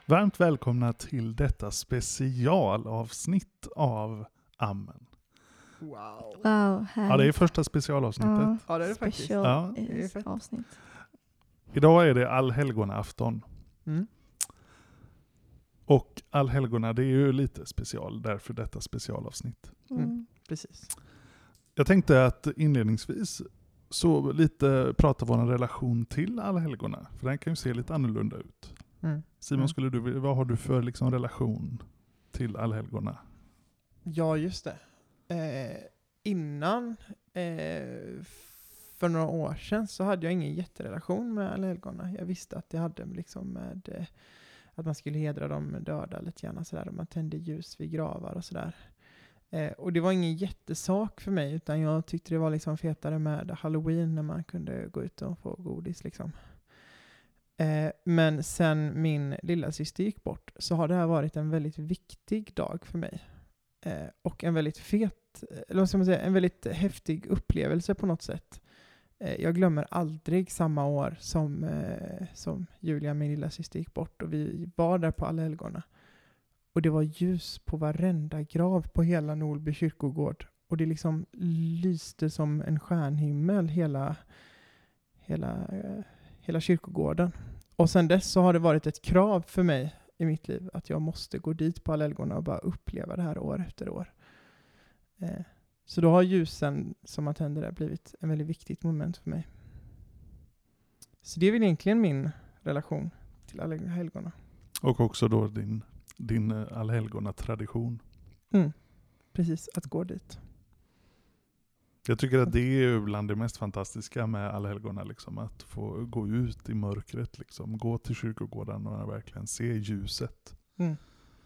Varmt välkomna till detta specialavsnitt av Amen. Wow. Wow, Ja, det är första specialavsnittet. Ja, det är det faktiskt. Special Ja. Det är fett. avsnitt. Idag är det allhelgonaafton. Mm. Och allhelgona, det är ju lite special, därför detta specialavsnitt. Mm. Precis. Jag tänkte att inledningsvis så lite prata vår relation till allhelgona. För den kan ju se lite annorlunda ut. Mm. Simon, vad har du för liksom relation till allhelgona? Ja, just det. Innan, för några år sedan, så hade jag ingen jätterelation med allhelgona. Jag visste att det hade liksom med att man skulle hedra de döda lite grann sådär. Man tände ljus vid gravar och sådär. Och det var ingen jättesak för mig, utan jag tyckte det var liksom fetare med Halloween när man kunde gå ut och få godis liksom. Men sen min lilla syster gick bort så har det här varit en väldigt viktig dag för mig. Och en väldigt eller vad ska man säga, en väldigt häftig upplevelse på något sätt. Jag glömmer aldrig samma år som Julia, min lilla syster, gick bort och vi var där på allhelgona. Och det var ljus på varenda grav på hela Norby kyrkogård. Och det liksom lyste som en stjärnhimmel hela kyrkogården. Och sen dess så har det varit ett krav för mig i mitt liv att jag måste gå dit på allhelgona och bara uppleva det här år efter år. Så då har ljusen som man tänder där blivit en väldigt viktigt moment för mig. Så det är väl egentligen min relation till allhelgona. Och också då din allhelgona-tradition. Precis, att gå dit. Jag tycker att det är bland det mest fantastiska med allhelgona, liksom, att få gå ut i mörkret, liksom, gå till kyrkogården och verkligen se ljuset. Mm.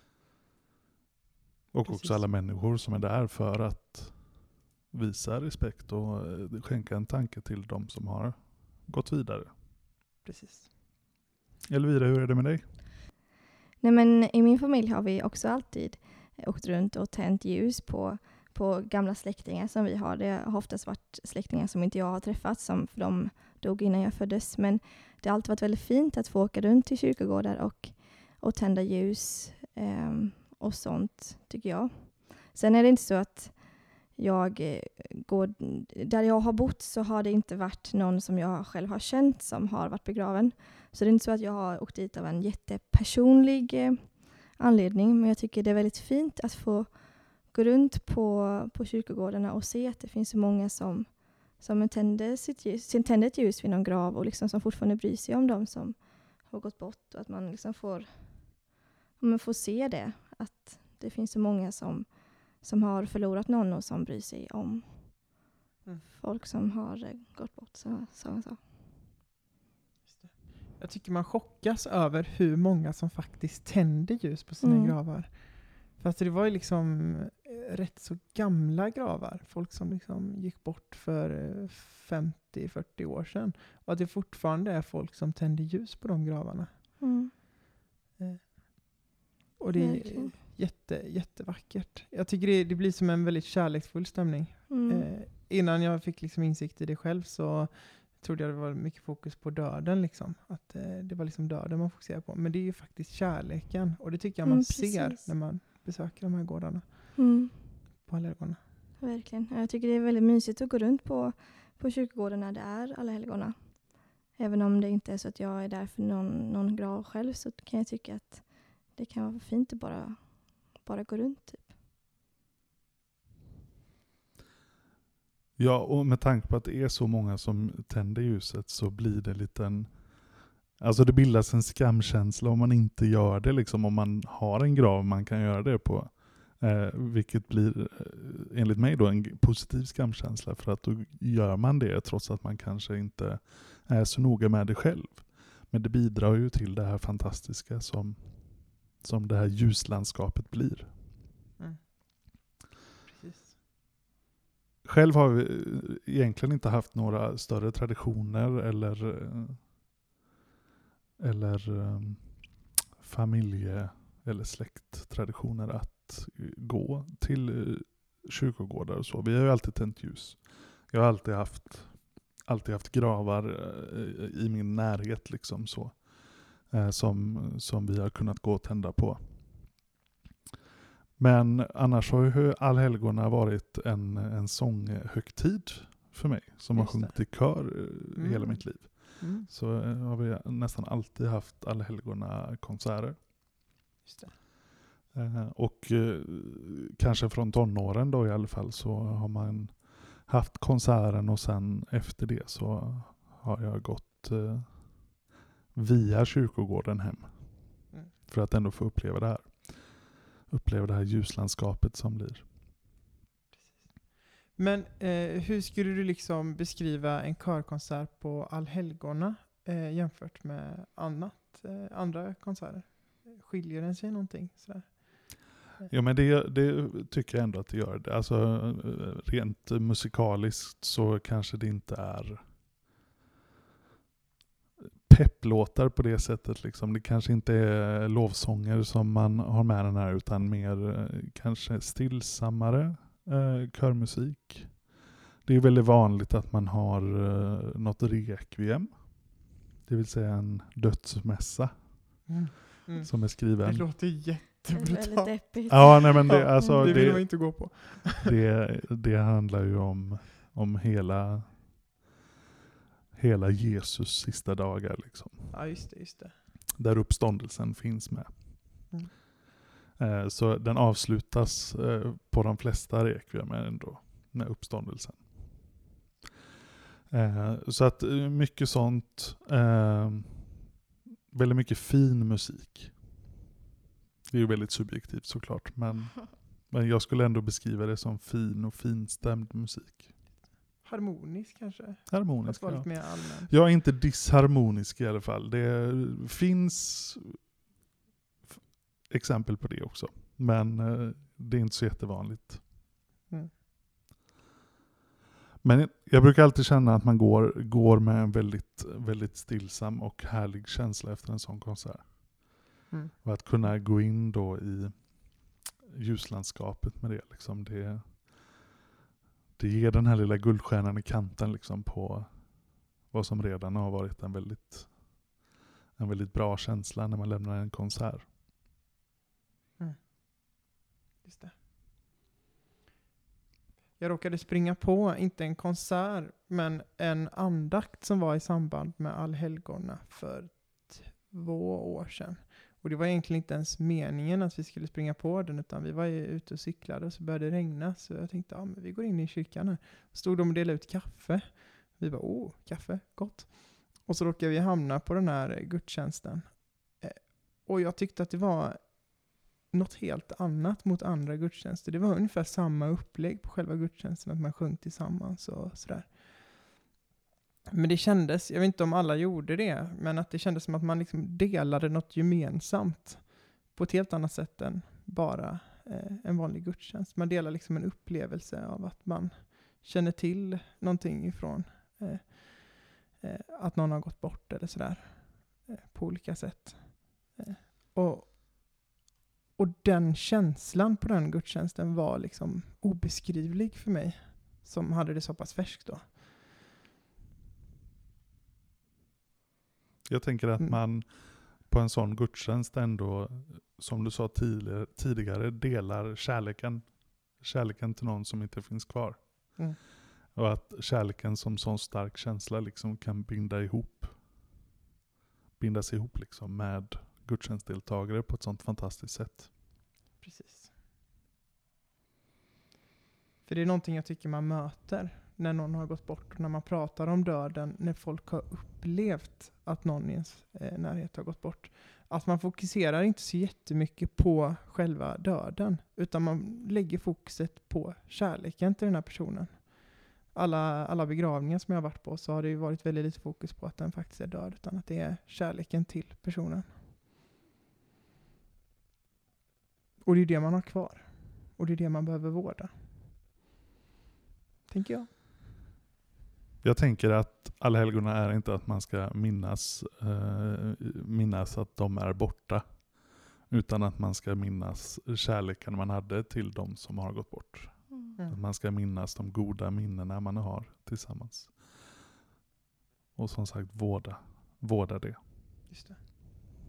Och Precis. också alla människor som är där för att visa respekt och skänka en tanke till de som har gått vidare. Precis. Elvira, hur är det med dig? Nej, men i min familj har vi också alltid åkt runt och tänt ljus på gamla släktingar som vi har. Det har oftast varit släktingar som inte jag har träffat, för de dog innan jag föddes. Men det har alltid varit väldigt fint att få åka runt till kyrkogårdar och tända ljus och sånt, tycker jag. Sen är det inte så att där jag har bott så har det inte varit någon som jag själv har känt som har varit begraven. Så det är inte så att jag har åkt dit av en jättepersonlig anledning. Men jag tycker det är väldigt fint att få gå runt på kyrkogårdarna och se att det finns så många som tänder ett ljus vid någon grav och liksom som fortfarande bryr sig om dem som har gått bort. Och att man liksom får se det. Att det finns så många som har förlorat någon och som bryr sig om folk som har gått bort. Så. Jag tycker man chockas över hur många som faktiskt tänder ljus på sina gravar. Fast det var ju liksom rätt så gamla gravar. Folk som liksom gick bort för 50-40 år sedan. Och att det fortfarande är folk som tänder ljus på de gravarna. Mm. Och det är jättevackert. Jag tycker det blir som en väldigt kärleksfull stämning. Innan jag fick liksom insikt i det själv så trodde jag det var mycket fokus på döden. Liksom. Att det var liksom döden man fokuserar på. Men det är ju faktiskt kärleken. Och det tycker jag man ser när man besöker de här gårdarna. På allhelgona. Verkligen. Jag tycker det är väldigt mysigt att gå runt på kyrkogården när det är allhelgona. Även om det inte är så att jag är där för någon grav själv, så kan jag tycka att det kan vara fint att bara gå runt typ. Ja, och med tanke på att det är så många som tänder ljuset så blir det alltså det bildas en skamkänsla om man inte gör det, liksom, om man har en grav man kan göra det på. Vilket blir enligt mig då en positiv skamkänsla, för att då gör man det trots att man kanske inte är så noga med det själv. Men det bidrar ju till det här fantastiska som det här ljuslandskapet blir. Precis. Själv har vi egentligen inte haft några större traditioner eller familje- eller släkttraditioner att gå till kyrkogårdar och så. Vi har ju alltid tänt ljus. Jag har alltid haft gravar i min närhet, liksom så. som vi har kunnat gå och tända på. Men annars har ju allhelgona varit en sånghögtid för mig som har Just det. sjungit i kör hela mitt liv. Mm. Så har vi nästan alltid haft allhelgona konserter. Just det. Och kanske från tonåren då i alla fall så har man haft konserten och sen efter det så har jag gått via kyrkogården hem. Mm. För att ändå få uppleva det här. Uppleva det här ljuslandskapet som blir. Men hur skulle du liksom beskriva en körkonsert på allhelgona jämfört med andra konserter? Skiljer den sig någonting? Sådär? Ja, men det tycker jag ändå att det gör. Alltså rent musikaliskt så kanske det inte är pepplåtar på det sättet. Liksom. Det kanske inte är lovsånger som man har med den här utan mer kanske stillsammare körmusik. Det är väldigt vanligt att man har något requiem. Det vill säga en dödsmässa som är skriven. Det låter Det är väldigt jättebrutalt. deppigt. Ja, nej men det, alltså, Det vill man inte gå på. det handlar ju om hela Jesus sista dagar liksom. Ja, just det. Där uppståndelsen finns med. Så den avslutas på de flesta requiem ändå med uppståndelsen. Så att mycket sånt, väldigt mycket fin musik. Det är ju väldigt subjektivt såklart, men jag skulle ändå beskriva det som fin och finstämd musik. Harmonisk kanske? Harmonisk, Fast var ja. lite mer allmän. Jag är inte disharmonisk i alla fall. Det finns exempel på det också. Men det är inte så jättevanligt. Mm. Men jag brukar alltid känna att man går med en väldigt, väldigt stillsam och härlig känsla efter en sån konsert. Mm. Och att kunna gå in då i ljuslandskapet med det. Liksom det ger den här lilla guldstjärnan i kanten liksom på vad som redan har varit en väldigt bra känsla när man lämnar en konsert. Just det. Jag råkade springa på, inte en konsert, men en andakt som var i samband med allhelgona för 2 år sedan. Och det var egentligen inte ens meningen att vi skulle springa på den, utan vi var ju ute och cyklade och så började det regna. Så jag tänkte, men vi går in i kyrkan här. Stod de och delade ut kaffe. Vi bara, kaffe, gott. Och så råkade vi hamna på den här gudstjänsten. Och jag tyckte att det var något helt annat mot andra gudstjänster. Det var ungefär samma upplägg på själva gudstjänsten, att man sjöng tillsammans och sådär. Men det kändes, jag vet inte om alla gjorde det, men att det kändes som att man liksom delade något gemensamt på ett helt annat sätt än bara en vanlig gudstjänst. Man delar liksom en upplevelse av att man känner till någonting ifrån att någon har gått bort eller sådär på olika sätt. Och den känslan på den gudstjänsten var liksom obeskrivlig för mig som hade det så pass färskt då. Jag tänker att man på en sån gudstjänst ändå, som du sa tidigare, delar kärleken till någon som inte finns kvar. Mm. Och att kärleken som sån stark känsla liksom kan bindas ihop liksom med gudstjänstdeltagare på ett sånt fantastiskt sätt. Precis. För det är någonting jag tycker man möter när någon har gått bort. Och när man pratar om döden, när folk har upplevt att någon i ens närhet har gått bort. Att man fokuserar inte så jättemycket på själva döden. Utan man lägger fokuset på kärleken till den här personen. Alla begravningar som jag har varit på så har det ju varit väldigt lite fokus på att den faktiskt är död. Utan att det är kärleken till personen. Och det är det man har kvar. Och det är det man behöver vårda. Tänker jag. Jag tänker att allhelgona är inte att man ska minnas att de är borta. Utan att man ska minnas kärleken man hade till de som har gått bort. Att man ska minnas de goda minnena man har tillsammans. Och som sagt vårda det. Just det.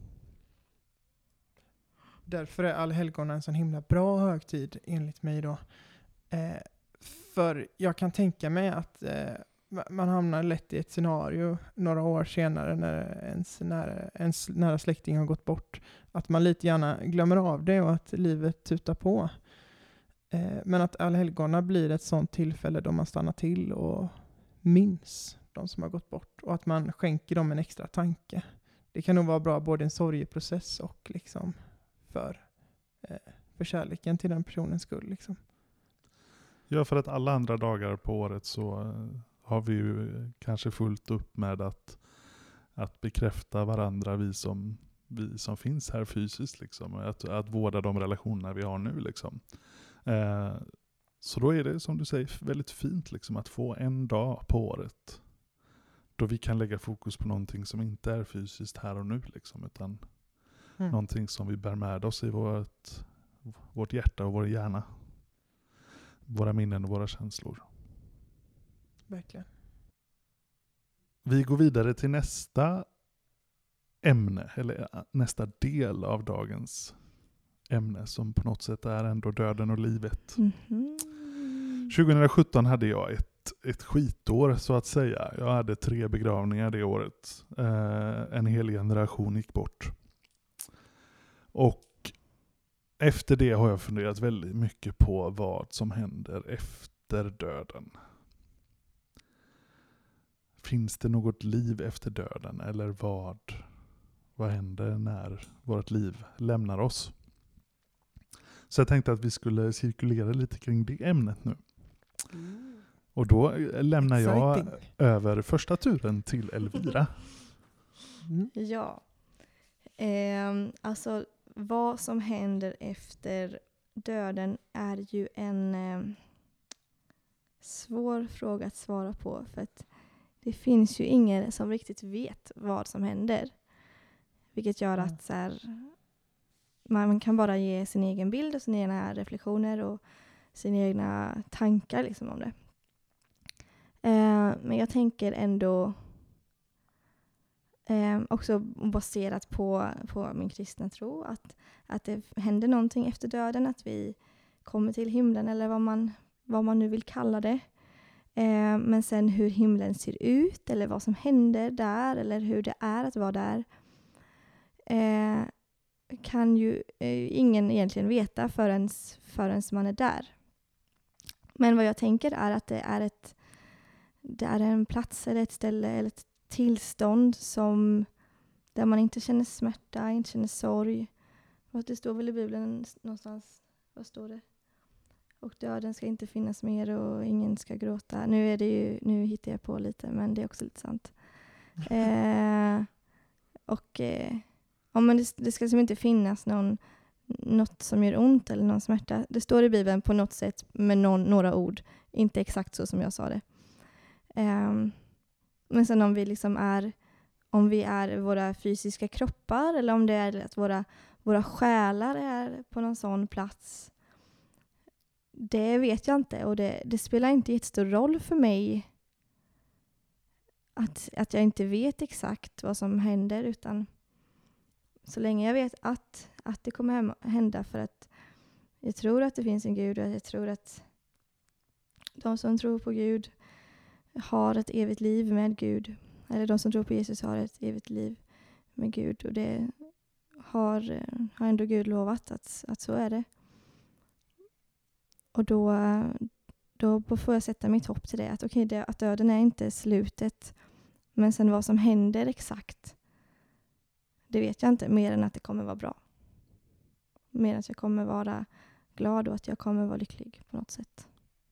därför är allhelgona en sån himla bra högtid enligt mig då. För jag kan tänka mig att man hamnar lätt i ett scenario några år senare när ens nära släkting har gått bort. Att man lite gärna glömmer av det och att livet tutar på. Men att allhelgona blir ett sånt tillfälle då man stannar till och minns de som har gått bort. Och att man skänker dem en extra tanke. Det kan nog vara bra både en sorgeprocess och liksom för kärleken till den personens skull. Liksom. Ja, för att alla andra dagar på året så har vi ju kanske fullt upp med att bekräfta varandra, vi som finns här fysiskt. Liksom. Att vårda de relationerna vi har nu. Liksom. Så då är det, som du säger, väldigt fint liksom, att få en dag på året då vi kan lägga fokus på någonting som inte är fysiskt här och nu. Liksom, utan någonting som vi bär med oss i vårt hjärta och vår hjärna. Våra minnen och våra känslor. Verkligen. Vi går vidare till nästa ämne, eller nästa del av dagens ämne, som på något sätt är ändå döden och livet. 2017 hade jag ett skitår så att säga. Jag hade 3 begravningar det året. En hel generation gick bort. Och efter det har jag funderat väldigt mycket på vad som händer efter döden. Finns det något liv efter döden? Eller vad händer när vårt liv lämnar oss? Så jag tänkte att vi skulle cirkulera lite kring det ämnet nu. Och då lämnar jag över första turen till Elvira. Ja. Alltså vad som händer efter döden är ju en svår fråga att svara på. För att det finns ju ingen som riktigt vet vad som händer. Vilket gör att så här, man kan bara ge sin egen bild och sina egna reflektioner och sina egna tankar liksom om det. Men jag tänker ändå också baserat på min kristna tro att det händer någonting efter döden, att vi kommer till himlen eller vad man nu vill kalla det. Men sen hur himlen ser ut eller vad som händer där eller hur det är att vara där kan ju ingen egentligen veta förrän man är där. Men vad jag tänker är att det är en plats eller ett ställe eller ett tillstånd där man inte känner smärta, inte känner sorg. Det står väl i Bibeln någonstans, vad står det? Och döden ska inte finnas mer och ingen ska gråta. Nu hittar jag på lite, men det är också lite sant. Men det ska liksom inte finnas något som gör ont eller någon smärta. Det står i Bibeln på något sätt med några ord. Inte exakt så som jag sa det. Men sen om vi är våra fysiska kroppar eller om det är att våra själar är på någon sån plats. Det vet jag inte och det spelar inte jättestor roll för mig att jag inte vet exakt vad som händer, utan så länge jag vet att det kommer hända, för att jag tror att det finns en Gud och jag tror att de som tror på Gud har ett evigt liv med Gud. Eller de som tror på Jesus har ett evigt liv med Gud. Och det har ändå Gud lovat att så är det. Och då får jag sätta mitt hopp till det. Att döden är inte slutet. Men sen vad som händer exakt, det vet jag inte. Mer än att det kommer vara bra. Mer än att jag kommer vara glad och att jag kommer vara lycklig på något sätt.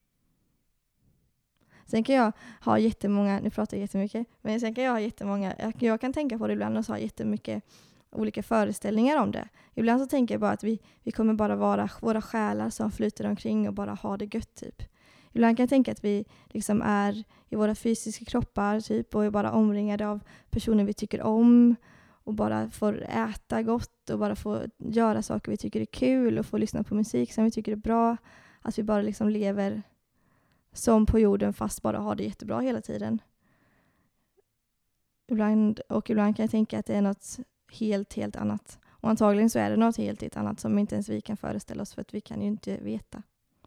Sen kan jag ha jättemånga, nu pratar jag jättemycket, men sen kan jag ha jättemånga, jag kan tänka på det ibland och ha jättemycket olika föreställningar om det. Ibland så tänker jag bara att vi kommer bara vara våra själar som flyter omkring och bara ha det gött typ. Ibland kan jag tänka att vi liksom är i våra fysiska kroppar typ och är bara omringade av personer vi tycker om och bara får äta gott och bara får göra saker vi tycker är kul och får lyssna på musik som vi tycker är bra. Att vi bara liksom lever som på jorden fast bara har det jättebra hela tiden. Ibland kan jag tänka att det är något helt annat. Och antagligen så är det något helt annat som inte ens vi kan föreställa oss, för att vi kan ju inte veta.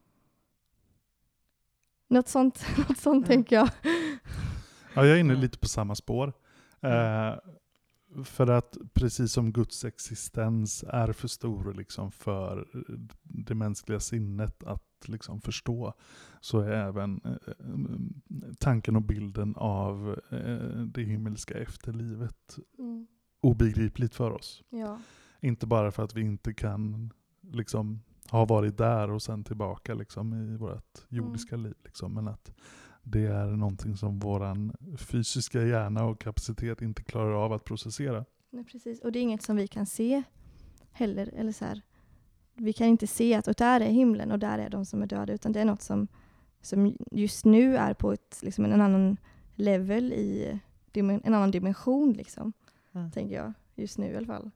Något sånt tänker jag. Ja, jag är inne lite på samma spår. För att precis som Guds existens är för stor liksom för det mänskliga sinnet att liksom förstå, så är även tanken och bilden av det himmelska efterlivet obegripligt för oss. Ja. Inte bara för att vi inte kan liksom ha varit där och sen tillbaka liksom i vårt jordiska liv liksom, men att det är någonting som våran fysiska hjärna och kapacitet inte klarar av att processera. Nej, precis. Och det är inget som vi kan se heller. Eller så här, vi kan inte se att och där är himlen och där är de som är döda. Utan det är något som just nu är på liksom en annan level, i en annan dimension. Liksom, tänker jag. Just nu i alla fall.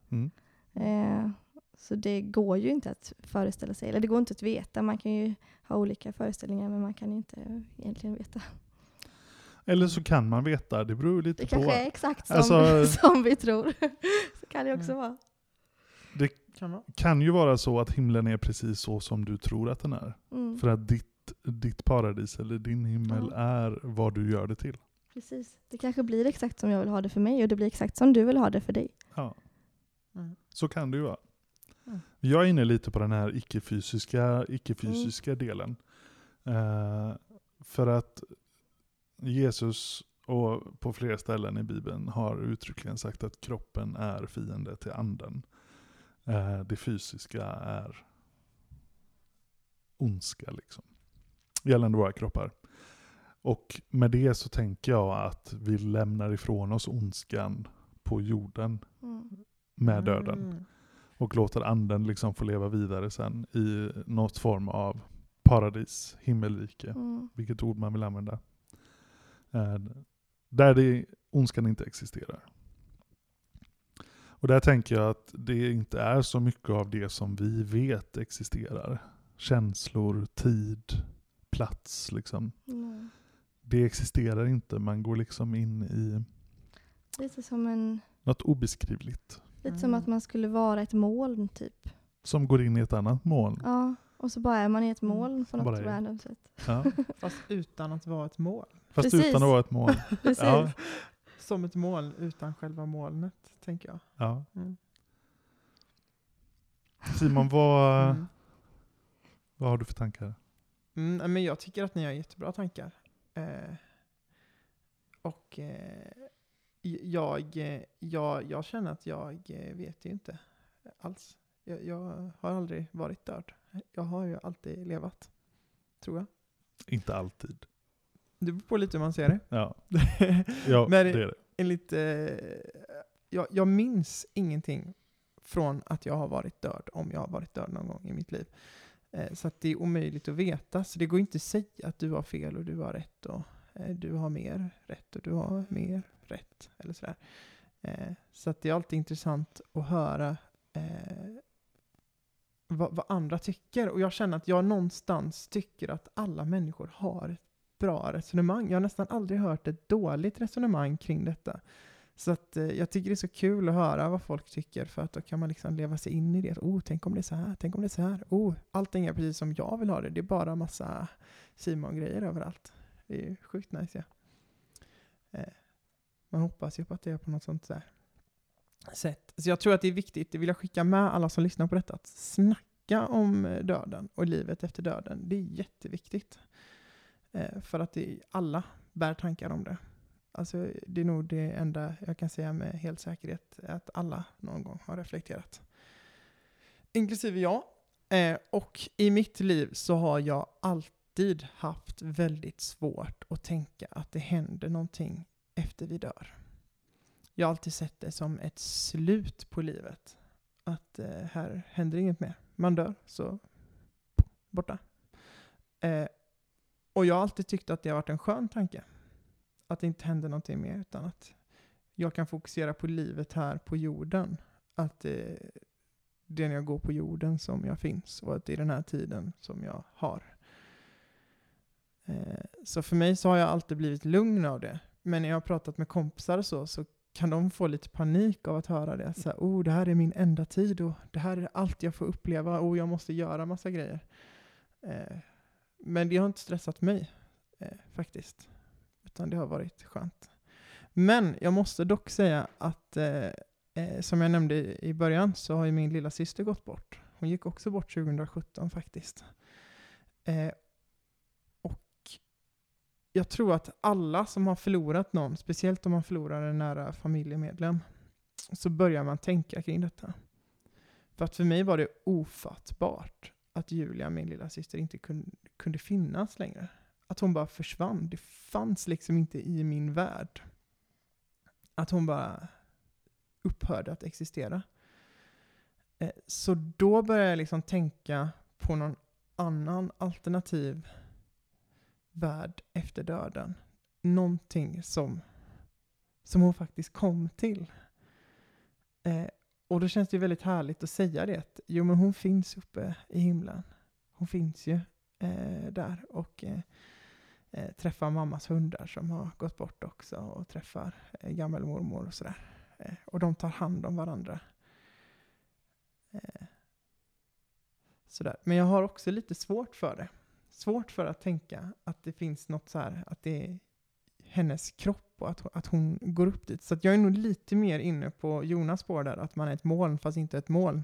Så det går ju inte att föreställa sig. Eller det går inte att veta. Man kan ju ha olika föreställningar, men man kan inte egentligen veta. Eller så kan man veta. Det beror lite det på. Det kanske är exakt som vi tror. Så kan det också vara. Det kan ju vara så att himlen är precis så som du tror att den är. För att ditt paradis eller din himmel är vad du gör det till. Precis. Det kanske blir exakt som jag vill ha det för mig, och det blir exakt som du vill ha det för dig. Ja. Så kan det ju vara. Jag är inne lite på den här icke-fysiska delen. För att Jesus, och på flera ställen i Bibeln, har uttryckligen sagt att kroppen är fiende till anden. Det fysiska är ondska liksom, gällande våra kroppar. Och med det så tänker jag att vi lämnar ifrån oss ondskan på jorden med döden. Och låter anden liksom få leva vidare sen i något form av paradis, himmelrike. Vilket ord man vill använda. Där ondskan inte existerar. Och där tänker jag att det inte är så mycket av det som vi vet existerar. Känslor, tid, plats liksom. Det existerar inte. Man går liksom in i lite som något obeskrivligt. Lite som att man skulle vara ett moln typ. Som går in i ett annat moln. Ja, och så bara är man i ett moln på något random sätt. Ja. Fast utan att vara ett moln. Fast utan att vara ett moln. Precis. Ja. Som ett moln utan själva molnet, tänker jag. Ja. Simon, vad har du för tankar? Men jag tycker att ni har jättebra tankar. Jag känner att jag vet ju inte alls. Jag har aldrig varit död. Jag har ju alltid levat, tror jag. Inte alltid. Det beror på lite hur man ser det. Ja, Men det är det. Enligt, jag minns ingenting från att jag har varit död, om jag har varit död någon gång i mitt liv. Så att det är omöjligt att veta. Så det går inte att säga att du har fel och du har rätt och du har mer rätt och du har mer rätt. Eller sådär. Så att det är alltid intressant att höra vad andra tycker. Och jag känner att jag någonstans tycker att alla människor har ett bra resonemang. Jag har nästan aldrig hört ett dåligt resonemang kring detta. Så att jag tycker det är så kul att höra vad folk tycker, för att då kan man liksom leva sig in i det. Tänk om det är så här, tänk om det är så här. Allting är precis som jag vill ha det. Det är bara massa Simon-grejer överallt. Det är sjukt nice, ja. Man hoppas ju på att det är på något sånt där sätt. Så jag tror att det är viktigt, det vill jag skicka med alla som lyssnar på detta, att snacka om döden och livet efter döden. Det är jätteviktigt. För att alla bär tankar om det. Alltså, det är nog det enda jag kan säga med helt säkerhet, att alla någon gång har reflekterat. Inklusive jag. Och i mitt liv så har jag alltid haft väldigt svårt att tänka att det händer någonting efter vi dör. Jag har alltid sett det som ett slut på livet. Att här händer inget mer. Man dör, så borta. Och jag har alltid tyckt att det har varit en skön tanke. Att det inte händer någonting mer, utan att jag kan fokusera på livet här på jorden. Att det är när jag går på jorden som jag finns, och att det är den här tiden som jag har. Så för mig så har jag alltid blivit lugn av det. Men när jag har pratat med kompisar så kan de få lite panik av att höra det. Så här, det här är min enda tid och det här är allt jag får uppleva och jag måste göra massa grejer. Men det har inte stressat mig faktiskt. Utan det har varit skönt. Men jag måste dock säga att som jag nämnde i början så har ju min lilla syster gått bort. Hon gick också bort 2017 faktiskt. Och jag tror att alla som har förlorat någon, speciellt om man förlorar en nära familjemedlem, så börjar man tänka kring detta. För att för mig var det ofattbart att Julia, min lilla syster, inte kunde finnas längre. Att hon bara försvann. Det fanns liksom inte i min värld. Att hon bara upphörde att existera. Så då började jag liksom tänka på någon annan alternativ värld efter döden. Någonting som hon faktiskt kom till. Och då känns det ju väldigt härligt att säga det. Att, men hon finns uppe i himlen. Hon finns ju där. Och träffar mammas hundar som har gått bort också. Och träffar gammelmormor och sådär. Och de tar hand om varandra. Sådär. Men jag har också lite svårt för det. Svårt för att tänka att det finns något så här, att det är hennes kropp och att hon går upp dit. Så att jag är nog lite mer inne på Jonas spår där, att man är ett moln fast inte ett moln.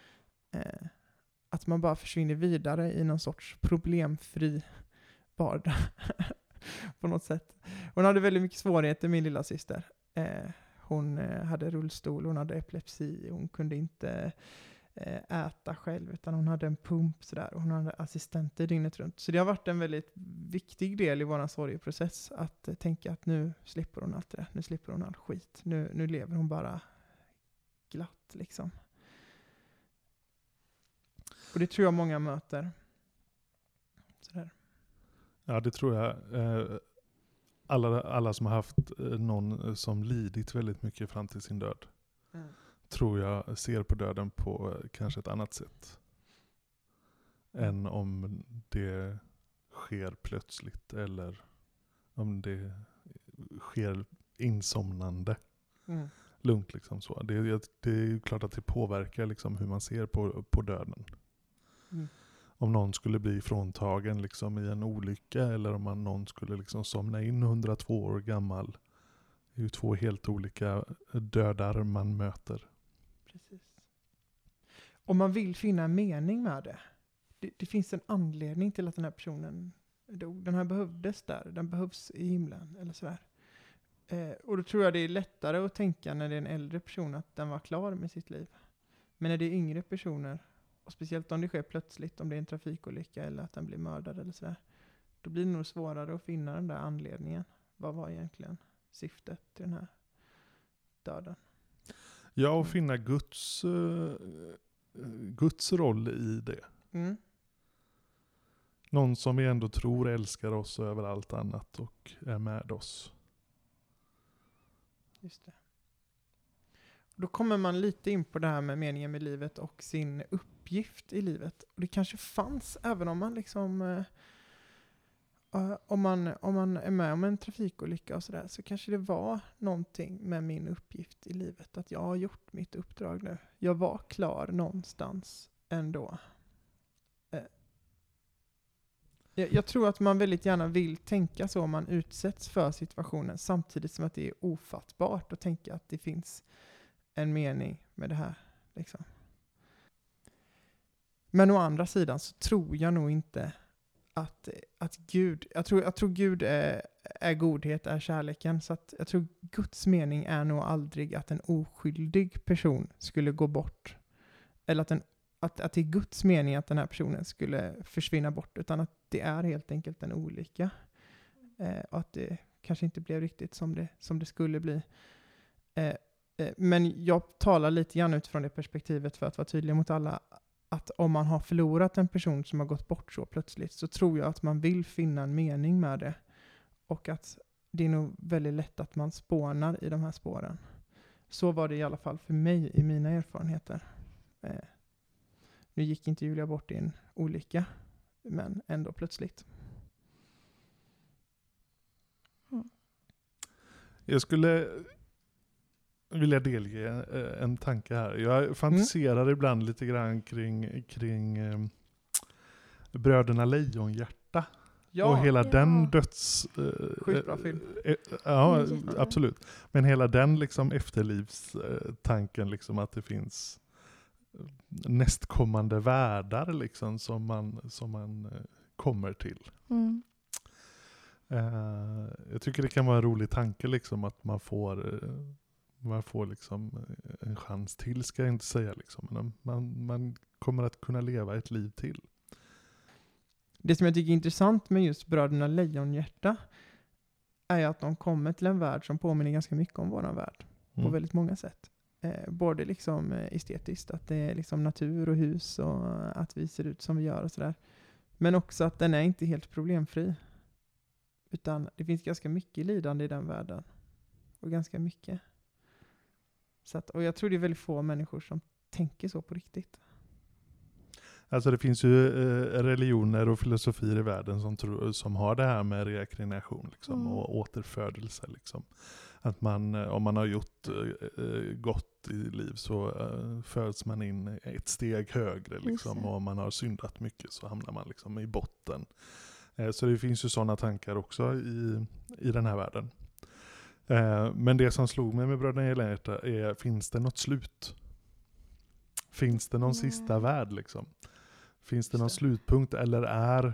Att man bara försvinner vidare i någon sorts problemfri vardag på något sätt. Hon hade väldigt mycket svårigheter, min lilla syster. Hon hade rullstol, hon hade epilepsi, hon kunde inte äta själv, utan hon hade en pump sådär, och hon hade assistenter dygnet runt. Så det har varit en väldigt viktig del i vår sorgeprocess att tänka att nu slipper hon allt det där, nu slipper hon all skit, nu lever hon bara glatt liksom. Och det tror jag många möter. Sådär. Ja, det tror jag. Alla som har haft någon som lidit väldigt mycket fram till sin död. Tror jag ser på döden på kanske ett annat sätt. Än om det sker plötsligt eller om det sker insomnande. Lugnt liksom så. Det är ju klart att det påverkar liksom hur man ser på döden. Om någon skulle bli fråntagen liksom i en olycka eller om någon skulle liksom somna in 102 år gammal. Det är ju två helt olika dödar man möter. Precis. Om man vill finna en mening med det. Det finns en anledning till att den här personen dog. Den här behövdes där. Den behövs i himlen eller sådär. Och då tror jag det är lättare att tänka när det är en äldre person att den var klar med sitt liv. Men när det är yngre personer, och speciellt om det sker plötsligt, om det är en trafikolycka eller att den blir mördad eller sådär, då blir det nog svårare att finna den där anledningen. Vad var egentligen syftet till den här döden? Ja, och finna Guds roll i det. Någon som vi ändå tror älskar oss över allt annat och är med oss. Just det. Då kommer man lite in på det här med meningen med livet och sin uppgift i livet. Och det kanske fanns, även om man liksom om man är med om en trafikolycka och sådär, så kanske det var någonting med min uppgift i livet. Att jag har gjort mitt uppdrag nu. Jag var klar någonstans ändå. Jag tror att man väldigt gärna vill tänka så om man utsätts för situationen, samtidigt som att det är ofattbart att tänka att det finns en mening med det här. Liksom. Men å andra sidan så tror jag nog inte att Gud, jag tror Gud är godhet, är kärleken. Så att jag tror Guds mening är nog aldrig att en oskyldig person skulle gå bort. Eller att det är Guds mening att den här personen skulle försvinna bort. Utan att det är helt enkelt en olycka. Och att det kanske inte blev riktigt som det skulle bli. Men jag talar lite grann utifrån det perspektivet för att vara tydlig mot alla. Att om man har förlorat en person som har gått bort så plötsligt, så tror jag att man vill finna en mening med det. Och att det är nog väldigt lätt att man spånar i de här spåren. Så var det i alla fall för mig i mina erfarenheter. Nu gick inte Julia bort i en olycka, men ändå plötsligt. Jag skulle vill jag delge en tanke här. Jag fantiserar ibland lite grann kring Bröderna Lejonhjärta. Och hela den döds... Sjukt bra film. Ja, Jättebra. absolut. Men hela den liksom efterlivstanken liksom att det finns nästkommande världar liksom som man kommer till. Mm. Jag tycker det kan vara en rolig tanke liksom att man får liksom en chans till, ska jag inte säga liksom. Men man kommer att kunna leva ett liv till. Det som jag tycker är intressant med just Bröderna Lejonhjärta är att de kommer till en värld som påminner ganska mycket om våran värld på väldigt många sätt. Både liksom estetiskt, att det är liksom natur och hus och att vi ser ut som vi gör och sådär. Men också att den är inte helt problemfri. Utan det finns ganska mycket lidande i den världen. Och ganska mycket. Så att, och jag tror det är väldigt få människor som tänker så på riktigt. Alltså det finns ju religioner och filosofier i världen som har det här med rekreation liksom, och återfödelse. Liksom. Att om man har gjort gott i liv så föds man in ett steg högre. Liksom, och om man har syndat mycket så hamnar man liksom i botten. Så det finns ju sådana tankar också i den här världen. Men det som slog mig med Bröderna Lejonhjärta är, finns det något slut? Finns det någon sista värld liksom? Finns det någon slutpunkt eller är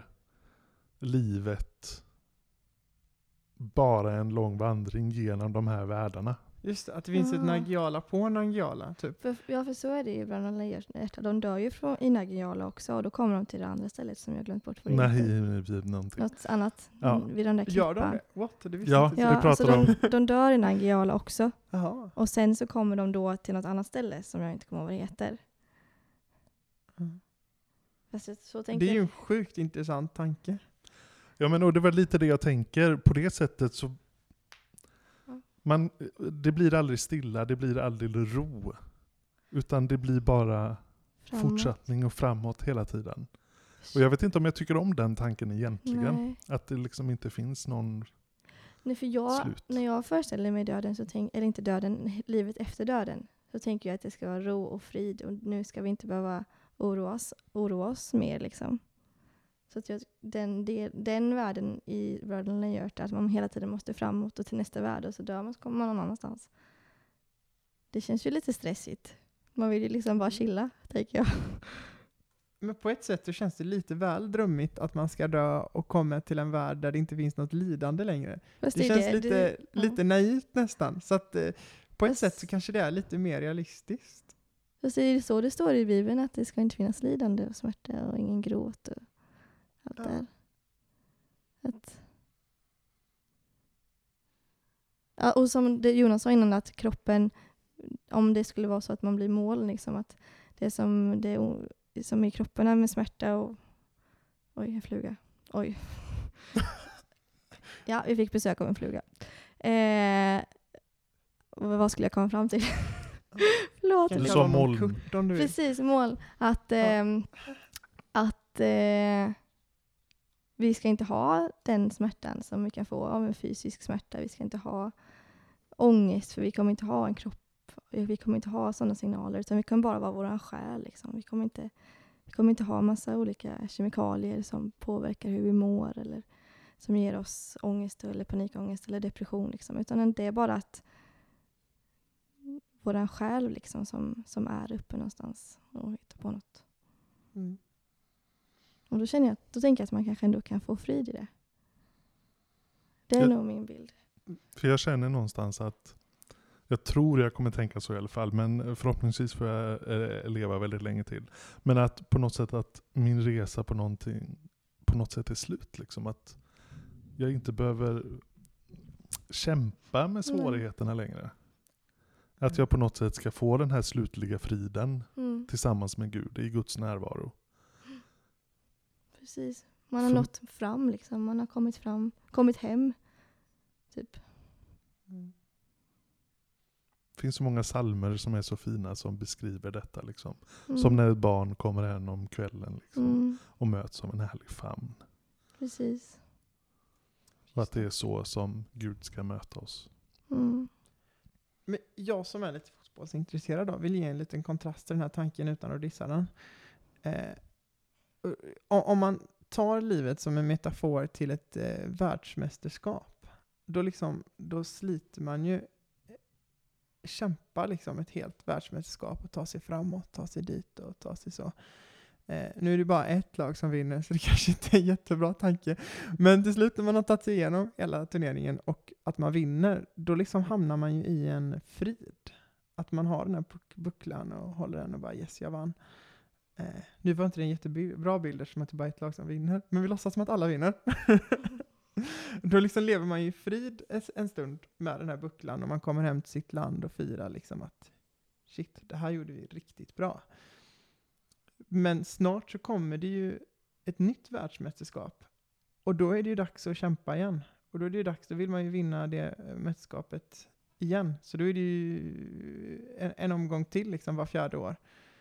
livet bara en lång vandring genom de här världarna? Just det, att det finns ett Nangijala på Nangijala typ. För så är det ju bland Lejonhjärta. De dör ju i Nangijala också och då kommer de till det andra stället som jag glömt bort. Något annat vid den där klippan. Gör de det? What? Det visste Ja, inte. det pratar alltså de dör i Nangijala också. Aha. Och sen så kommer de då till något annat ställe som jag inte kommer ihåg vad det heter. Så Det är ju en sjukt intressant tanke. Ja, men och det var lite det jag tänker. På det sättet så det blir aldrig stilla, det blir aldrig ro. Utan det blir bara fortsättning och framåt hela tiden. Och jag vet inte om jag tycker om den tanken egentligen. Nej. Att det liksom inte finns någon slut. När jag föreställer mig döden, eller inte döden, livet efter döden, så tänker jag att det ska vara ro och frid. Och nu ska vi inte behöva oroa oss mer liksom. Så att den världen i Bröderna Lejonhjärta, att man hela tiden måste framåt och till nästa värld och så dör man så kommer man någon annanstans. Det känns ju lite stressigt. Man vill ju liksom bara chilla, tänker jag. Men på ett sätt så känns det lite väl drömmigt att man ska dö och komma till en värld där det inte finns något lidande längre. Fast det känns lite naivt nästan. Så att på ett sätt så kanske det är lite mer realistiskt. Fast det är så det står i Bibeln, att det ska inte finnas lidande och smärta och ingen gråt och allt det här. Och som Jonas sa innan, att kroppen, om det skulle vara så att man blir moln, liksom, att det som i kroppen är med smärta och... Oj, en fluga. Oj. Ja, vi fick besök av en fluga. Vad skulle jag komma fram till? Förlåt. Som moln. Precis, moln. Att vi ska inte ha den smärtan som vi kan få av en fysisk smärta. Vi ska inte ha ångest, för vi kommer inte ha en kropp. Vi kommer inte ha sådana signaler, utan vi kommer bara vara våran själ. Liksom. Vi kommer inte ha massa olika kemikalier som påverkar hur vi mår eller som ger oss ångest eller panikångest eller depression. Liksom. Utan det är bara att våran själ liksom, som är uppe någonstans och hittar på något. Mm. Och då tänker jag att man kanske ändå kan få frid i det. Det är nog min bild. För jag känner någonstans att jag tror jag kommer tänka så i alla fall, men förhoppningsvis får jag leva väldigt länge till. Men att på något sätt att min resa på något sätt är slut. Liksom. Att jag inte behöver kämpa med svårigheterna längre. Att jag på något sätt ska få den här slutliga friden tillsammans med Gud i Guds närvaro. Precis. Man har nått fram liksom. Man har kommit hem. Typ. Det finns så många psalmer som är så fina som beskriver detta. Liksom. Som när ett barn kommer hem om kvällen liksom, och möts av en härlig famn. Precis. Och att det är så som Gud ska möta oss. Men jag som är lite fotbollsintresserad då, vill ge en liten kontrast till den här tanken utan att dissa den. Om man tar livet som en metafor till ett världsmästerskap, då sliter man ju, kämpar liksom ett helt världsmästerskap och tar sig framåt, tar sig dit och tar sig så. Nu är det bara ett lag som vinner, så det kanske inte är en jättebra tanke. Men till slut när man har tagit sig igenom hela turneringen och att man vinner, då liksom hamnar man ju i en frid. Att man har den här bucklan och håller den och bara yes, jag vann. Nu var inte det en jättebra bild eftersom att det bara är ett lag som vinner. Men vi låtsas som att alla vinner. Då liksom lever man ju i frid en stund med den här bucklan och man kommer hem till sitt land och firar liksom att shit, det här gjorde vi riktigt bra. Men snart så kommer det ju ett nytt världsmästerskap. Och då är det ju dags att kämpa igen. Och då är det ju dags, då vill man ju vinna det mästerskapet igen. Så då är det ju en omgång till liksom var 4:e år.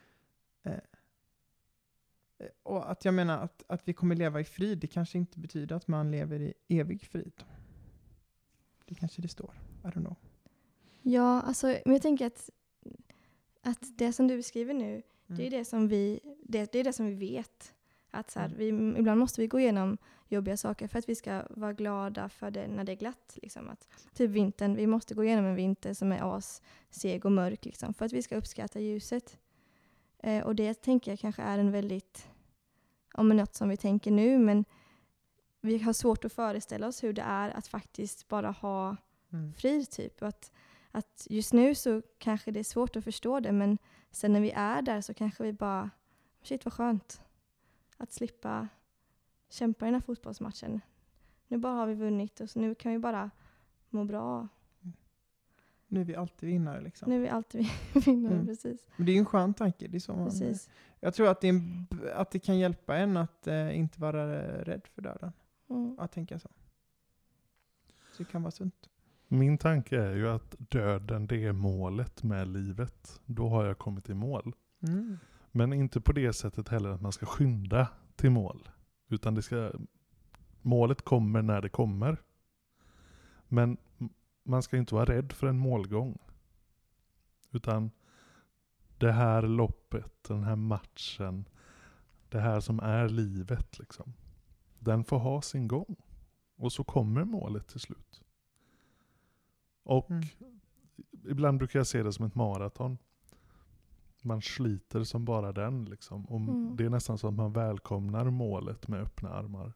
Och att jag menar att vi kommer leva i frid, det kanske inte betyder att man lever i evig frid. Det kanske det står. I don't know. Ja, alltså, men jag tänker att det som du beskriver nu, det är det som vi vet. Att så här, ibland måste vi gå igenom jobbiga saker för att vi ska vara glada för det när det är glatt. Liksom. Att, typ vintern, vi måste gå igenom en vinter som är seg och mörk liksom, för att vi ska uppskatta ljuset. Och det tänker jag kanske är en väldigt, något som vi tänker nu, men vi har svårt att föreställa oss hur det är att faktiskt bara ha frid typ. Och att just nu så kanske det är svårt att förstå det, men sen när vi är där så kanske vi bara, shit vad skönt att slippa kämpa i den här fotbollsmatchen. Nu bara har vi vunnit och så nu kan vi bara må bra. Nu är vi alltid vinnare liksom. Nu är vi alltid vinnare, precis. Men det är ju en skön tanke. Det är så precis. Jag tror att det kan hjälpa en att inte vara rädd för döden. Att tänka så. Så det kan vara sunt. Min tanke är ju att döden, det är målet med livet. Då har jag kommit i mål. Men inte på det sättet heller att man ska skynda till mål. Utan målet kommer när det kommer. Men man ska inte vara rädd för en målgång. Utan det här loppet, den här matchen, det här som är livet liksom. Den får ha sin gång. Och så kommer målet till slut. Och ibland brukar jag se det som ett maraton. Man sliter som bara den liksom. Och det är nästan så att man välkomnar målet med öppna armar.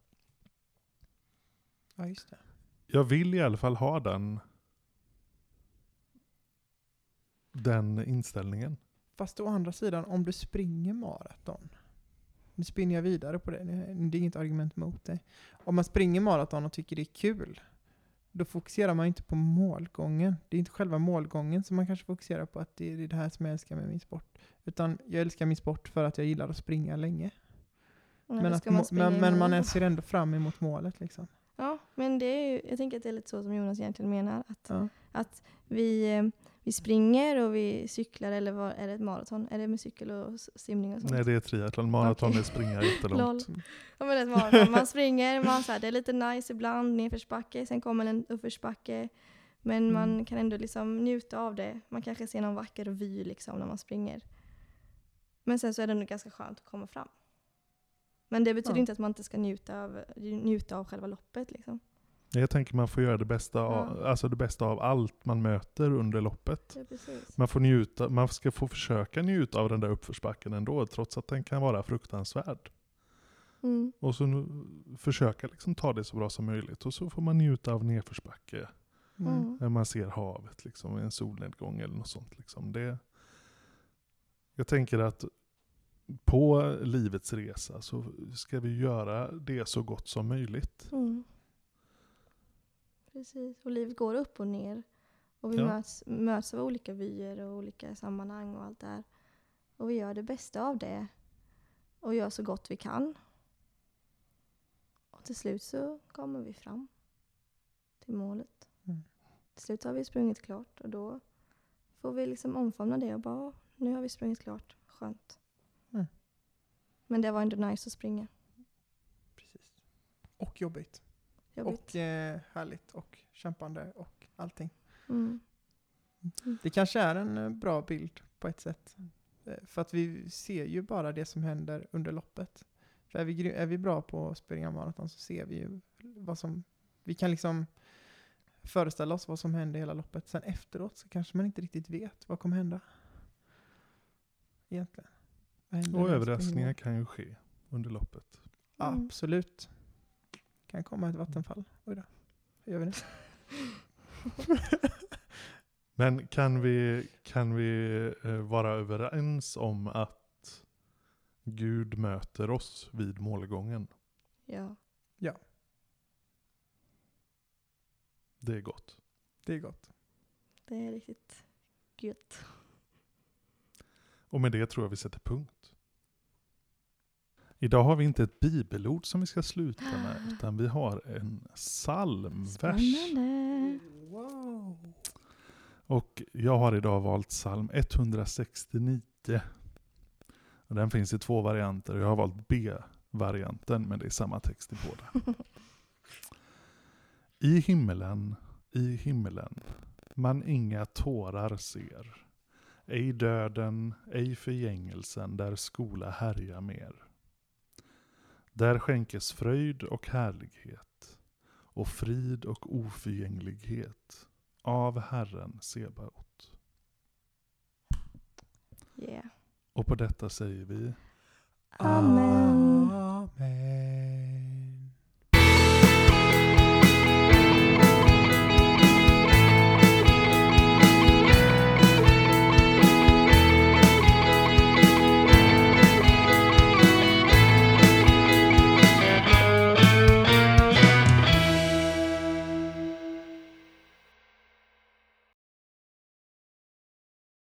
Ja, just det. Jag vill i alla fall ha den inställningen. Fast å andra sidan, om du springer maraton, nu spinner jag vidare på det, det är inget argument mot det. Om man springer maraton och tycker det är kul, då fokuserar man inte på målgången. Det är inte själva målgången som man kanske fokuserar på, att det är det här som jag älskar med min sport. Utan jag älskar min sport för att jag gillar att springa länge. Men man ser ändå fram emot målet liksom. Ja, men det är ju, jag tänker att det är lite så som Jonas egentligen menar. Att vi springer och vi cyklar, eller vad är det, ett maraton? Är det med cykel och simning och sånt? Nej, det är triathlon. Maraton är springa jättelångt. Ja, men ett maraton. Man springer, det är lite nice ibland, nedförsbacke, sen kommer en uppförsbacke. Men man kan ändå liksom njuta av det. Man kanske ser någon vacker vy liksom när man springer. Men sen så är det nog ganska skönt att komma fram. Men det betyder inte att man inte ska njuta av själva loppet liksom. Jag tänker man får göra det bästa av allt man möter under loppet. Ja, man ska få försöka njuta av den där uppförsbacken ändå, trots att den kan vara fruktansvärd. Och så försöka liksom ta det så bra som möjligt. Och så får man njuta av nedförsbacke. När man ser havet liksom, en solnedgång eller något sånt liksom. Jag tänker att på livets resa så ska vi göra det så gott som möjligt. Precis, och livet går upp och ner. Och vi möts av olika vyer och olika sammanhang och allt det här. Och vi gör det bästa av det. Och gör så gott vi kan. Och till slut så kommer vi fram till målet. Till slut har vi sprungit klart. Och då får vi liksom omfamna det och bara, nu har vi sprungit klart. Skönt. Men det var ändå nice att springa. Precis. Och jobbigt. Och härligt och kämpande och allting. Det kanske är en bra bild på ett sätt. För att vi ser ju bara det som händer under loppet. För är vi bra på att springa maraton så ser vi ju vad som... Vi kan liksom föreställa oss vad som händer i hela loppet. Sen efteråt så kanske man inte riktigt vet vad kommer hända. Egentligen. Och överraskningar kan ju ske under loppet. Absolut. Kan komma ett vattenfall. Oj då. Hur gör vi det? Men kan vi vara överens om att Gud möter oss vid målgången? Ja. Det är gott. Det är gott. Det är riktigt gött. Och med det tror jag vi sätter punkt. Idag har vi inte ett bibelord som vi ska sluta med, utan vi har en psalmvers. Spännande. Wow. Och jag har idag valt psalm 169. Och den finns i 2 varianter. Jag har valt B-varianten, men det är samma text i båda. I himmelen, man inga tårar ser. Ej döden, ej förgängelsen, där skola härja mer. Där skänkes fröjd och härlighet, och frid och oförgänglighet av Herren Sebaot. Yeah. Och på detta säger vi Amen.